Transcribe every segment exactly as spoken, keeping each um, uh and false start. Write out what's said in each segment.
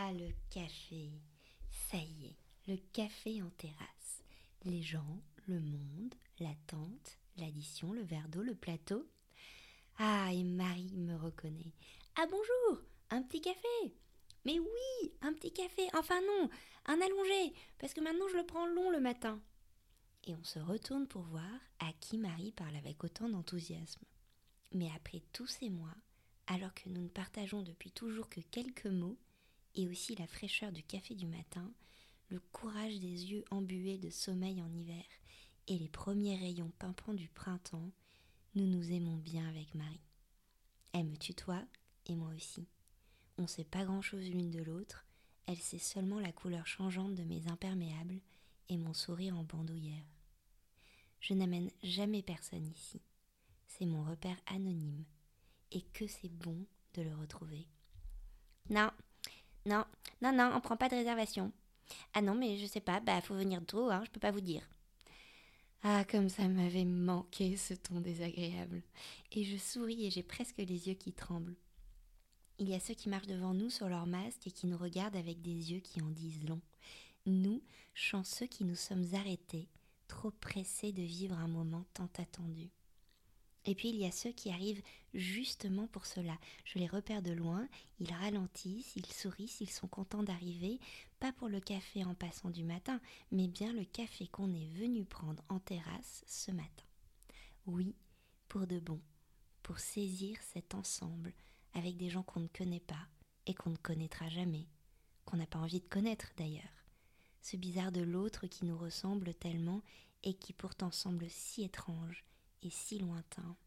Ah, le café. Ça y est, le café en terrasse. Les gens, le monde, l'attente, l'addition, le verre d'eau, le plateau. Ah, et Marie me reconnaît. Ah bonjour, un petit café. Mais oui, un petit café. Enfin non, un allongé, parce que maintenant je le prends long le matin. Et on se retourne pour voir à qui Marie parle avec autant d'enthousiasme. Mais après tous ces mois, alors que nous ne partageons depuis toujours que quelques mots, et aussi la fraîcheur du café du matin, le courage des yeux embués de sommeil en hiver et les premiers rayons pimpants du printemps, nous nous aimons bien avec Marie. Elle me tutoie et moi aussi. On ne sait pas grand-chose l'une de l'autre, elle sait seulement la couleur changeante de mes imperméables et mon sourire en bandoulière. Je n'amène jamais personne ici. C'est mon repère anonyme et que c'est bon de le retrouver. Non, non, non, non, on prend pas de réservation. Ah non, mais je sais pas, bah faut venir tôt, hein, je peux pas vous dire. Ah, comme ça m'avait manqué ce ton désagréable. Et je souris et j'ai presque les yeux qui tremblent. Il y a ceux qui marchent devant nous sur leur masque et qui nous regardent avec des yeux qui en disent long. Nous, chanceux qui nous sommes arrêtés, trop pressés de vivre un moment tant attendu. Et puis il y a ceux qui arrivent justement pour cela. Je les repère de loin, ils ralentissent, ils sourient, ils sont contents d'arriver, pas pour le café en passant du matin, mais bien le café qu'on est venu prendre en terrasse ce matin. Oui, pour de bon, pour saisir cet ensemble avec des gens qu'on ne connaît pas et qu'on ne connaîtra jamais, qu'on n'a pas envie de connaître d'ailleurs. Ce bizarre de l'autre qui nous ressemble tellement et qui pourtant semble si étrange et si lointain.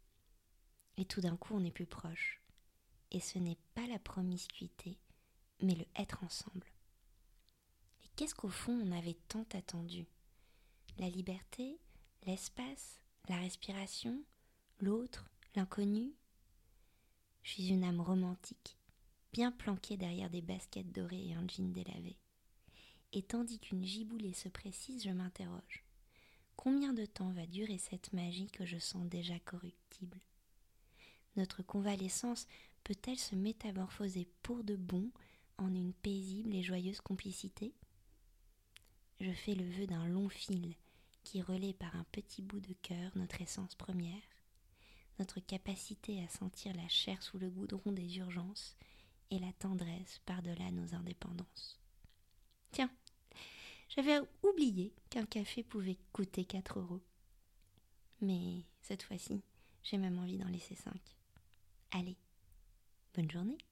Et tout d'un coup on est plus proche. Et ce n'est pas la promiscuité, mais le être ensemble. Et qu'est-ce qu'au fond on avait tant attendu ? La liberté, l'espace, la respiration, l'autre, l'inconnu ? Je suis une âme romantique, bien planquée derrière des baskets dorées et un jean délavé. Et tandis qu'une giboulée se précise, je m'interroge. Combien de temps va durer cette magie que je sens déjà corruptible ? Notre convalescence peut-elle se métamorphoser pour de bon en une paisible et joyeuse complicité ? Je fais le vœu d'un long fil qui relaie par un petit bout de cœur notre essence première, notre capacité à sentir la chair sous le goudron des urgences et la tendresse par-delà nos indépendances. Tiens, j'avais oublié qu'un café pouvait coûter quatre euros. Mais cette fois-ci, j'ai même envie d'en laisser cinq. Allez, bonne journée.